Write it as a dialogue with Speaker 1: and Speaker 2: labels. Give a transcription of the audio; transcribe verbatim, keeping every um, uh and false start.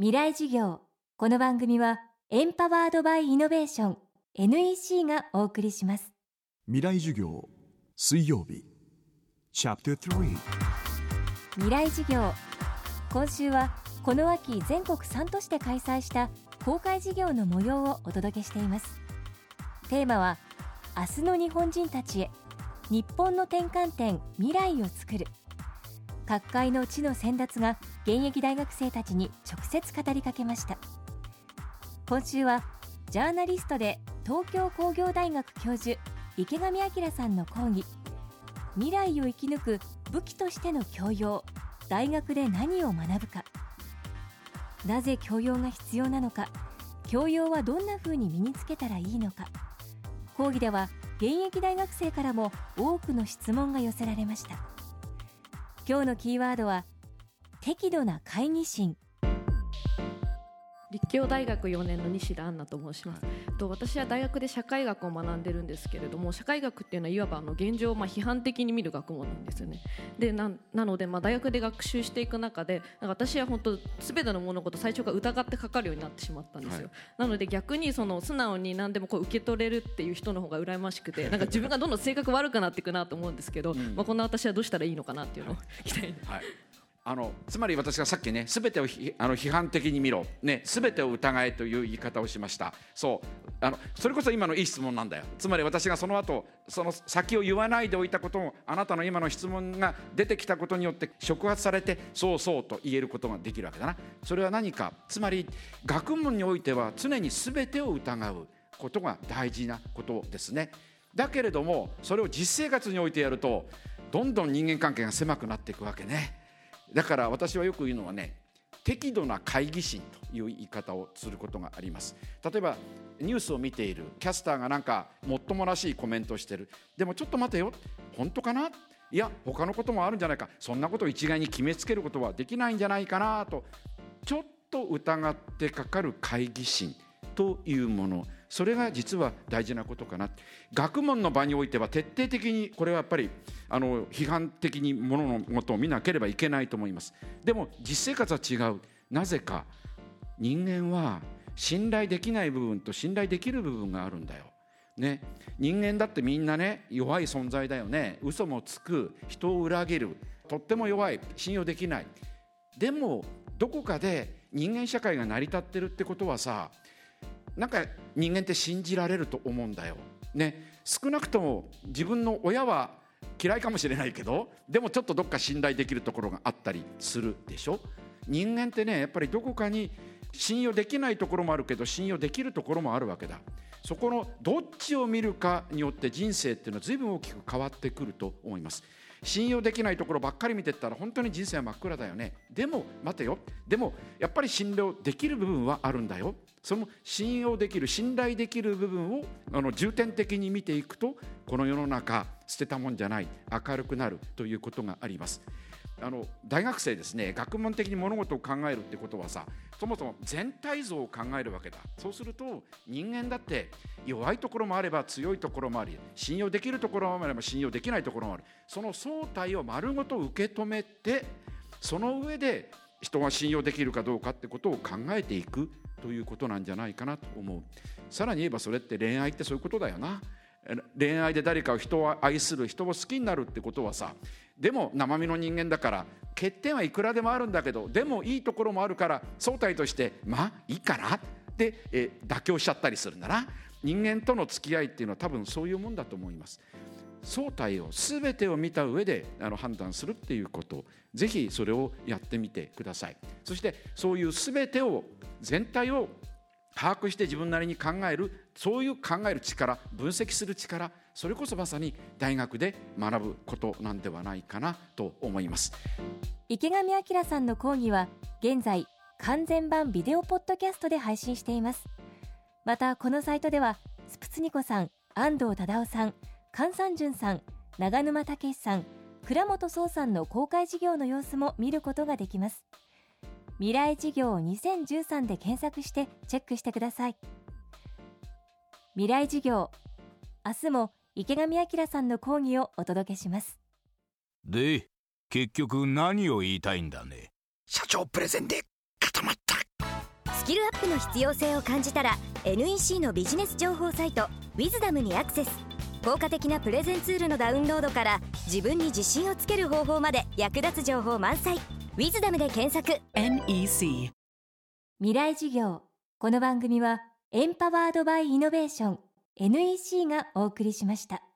Speaker 1: 未来事業。この番組はエンパワードバイイノベーション エヌイーシー がお送りします。
Speaker 2: 未来授業水曜日チャプタースリー
Speaker 1: 未来事業。今週はこの秋全国さん都市で開催した公開事業の模様をお届けしています。テーマは明日の日本人たちへ、日本の転換点未来をつくる。各界の知の先達が現役大学生たちに直接語りかけました。今週はジャーナリストで東京工業大学教授池上彰さんの講義、未来を生き抜く武器としての教養、大学で何を学ぶか。なぜ教養が必要なのか、教養はどんな風に身につけたらいいのか。講義では現役大学生からも多くの質問が寄せられました。今日のキーワードは適度な懐疑心。
Speaker 3: 立教大学よねんの西田杏奈と申します、はい、と私は大学で社会学を学んでるんですけれども、社会学っていうのはいわばあの現状をまあ批判的に見る学問なんですよね。で な, なのでまあ大学で学習していく中で、なんか私は本当全ての物事最初から疑ってかかるようになってしまったんですよ、はい、なので逆にその素直に何でもこう受け取れるっていう人の方が羨ましくて、なんか自分がどんどん性格悪くなっていくなと思うんですけど、うん、まあ、こんな私はどうしたらいいのかなっていうのを聞きたいです、はい。
Speaker 4: あのつまり私がさっきね、全てをあの批判的に見ろ、ね、全てを疑えという言い方をしました。そうあのそれこそ今のいい質問なんだよ。つまり私がその後その先を言わないでおいたことを、あなたの今の質問が出てきたことによって触発されて、そうそうと言えることができるわけだな。それは何か、つまり学問においては常に全てを疑うことが大事なことですね。だけれどもそれを実生活においてやると、どんどん人間関係が狭くなっていくわけね。だから私はよく言うのはね、適度な懐疑心という言い方をすることがあります。例えばニュースを見ているキャスターがなんかもっともらしいコメントをしてる。でもちょっと待てよ、本当かな、いや他のこともあるんじゃないか、そんなことを一概に決めつけることはできないんじゃないかなと、ちょっと疑ってかかる懐疑心というもの、それが実は大事なことかな。学問の場においては徹底的にこれはやっぱりあの批判的にもののことを見なければいけないと思います。でも実生活は違う。なぜか人間は信頼できない部分と信頼できる部分があるんだよ、ね、人間だってみんなね、弱い存在だよね。嘘もつく、人を裏切る、とっても弱い、信用できない。でもどこかで人間社会が成り立ってるってことはさ、なんか人間って信じられると思うんだよ、ね、少なくとも自分の親は嫌いかもしれないけど、でもちょっとどっか信頼できるところがあったりするでしょ。人間ってね、やっぱりどこかに信用できないところもあるけど信用できるところもあるわけだ。そこのどっちを見るかによって人生っていうのは随分大きく変わってくると思います。信用できないところばっかり見てったら本当に人生は真っ暗だよね。でも待てよ、でもやっぱり信用できる部分はあるんだよ。その信用できる、信頼できる部分をあの重点的に見ていくと、この世の中捨てたもんじゃない、明るくなるということがあります。あの大学生ですね、学問的に物事を考えるってことはさ、そもそも全体像を考えるわけだ。そうすると人間だって弱いところもあれば強いところもあり、信用できるところもあれば信用できないところもある。その相対を丸ごと受け止めて、その上で人が信用できるかどうかってことを考えていくということなんじゃないかなと思う。さらに言えばそれって恋愛ってそういうことだよな。恋愛で誰かを人を愛する、人を好きになるってことはさ、でも生身の人間だから欠点はいくらでもあるんだけど、でもいいところもあるから相対としてまあいいかなって、え妥協しちゃったりするんだな。人間との付き合いっていうのは多分そういうもんだと思います。相対を全てを見た上であの判断するっていうこと、ぜひそれをやってみてください。そしてそういう全てを、全体を把握して自分なりに考える、そういう考える力、分析する力、それこそまさに大学で学ぶことなんではないかなと思います。
Speaker 1: 池上彰さんの講義は現在完全版ビデオポッドキャストで配信しています。またこのサイトではスプツニコさん、安藤忠雄さん、菅三淳さん、長沼武さん、倉本壮さんの公開授業の様子も見ることができます。未来事業にせんじゅうさんで検索してチェックしてください。未来事業、明日も池上彰さんの講義をお届けします。
Speaker 5: で、結局何を言いたいんだね。
Speaker 6: 社長プレゼンで固まった。
Speaker 5: スキルアップの必要性を感じたら エヌイーシー のビジネス情報サイト ウィズダム にアクセス。効果的なプレゼンツールのダウンロードから自分に自信をつける方法まで役立つ情報満載。 ウィズダム で検索。
Speaker 6: エヌイーシー
Speaker 1: 未来事業。この番組はエンパワードバイイノベーション エヌイーシー がお送りしました。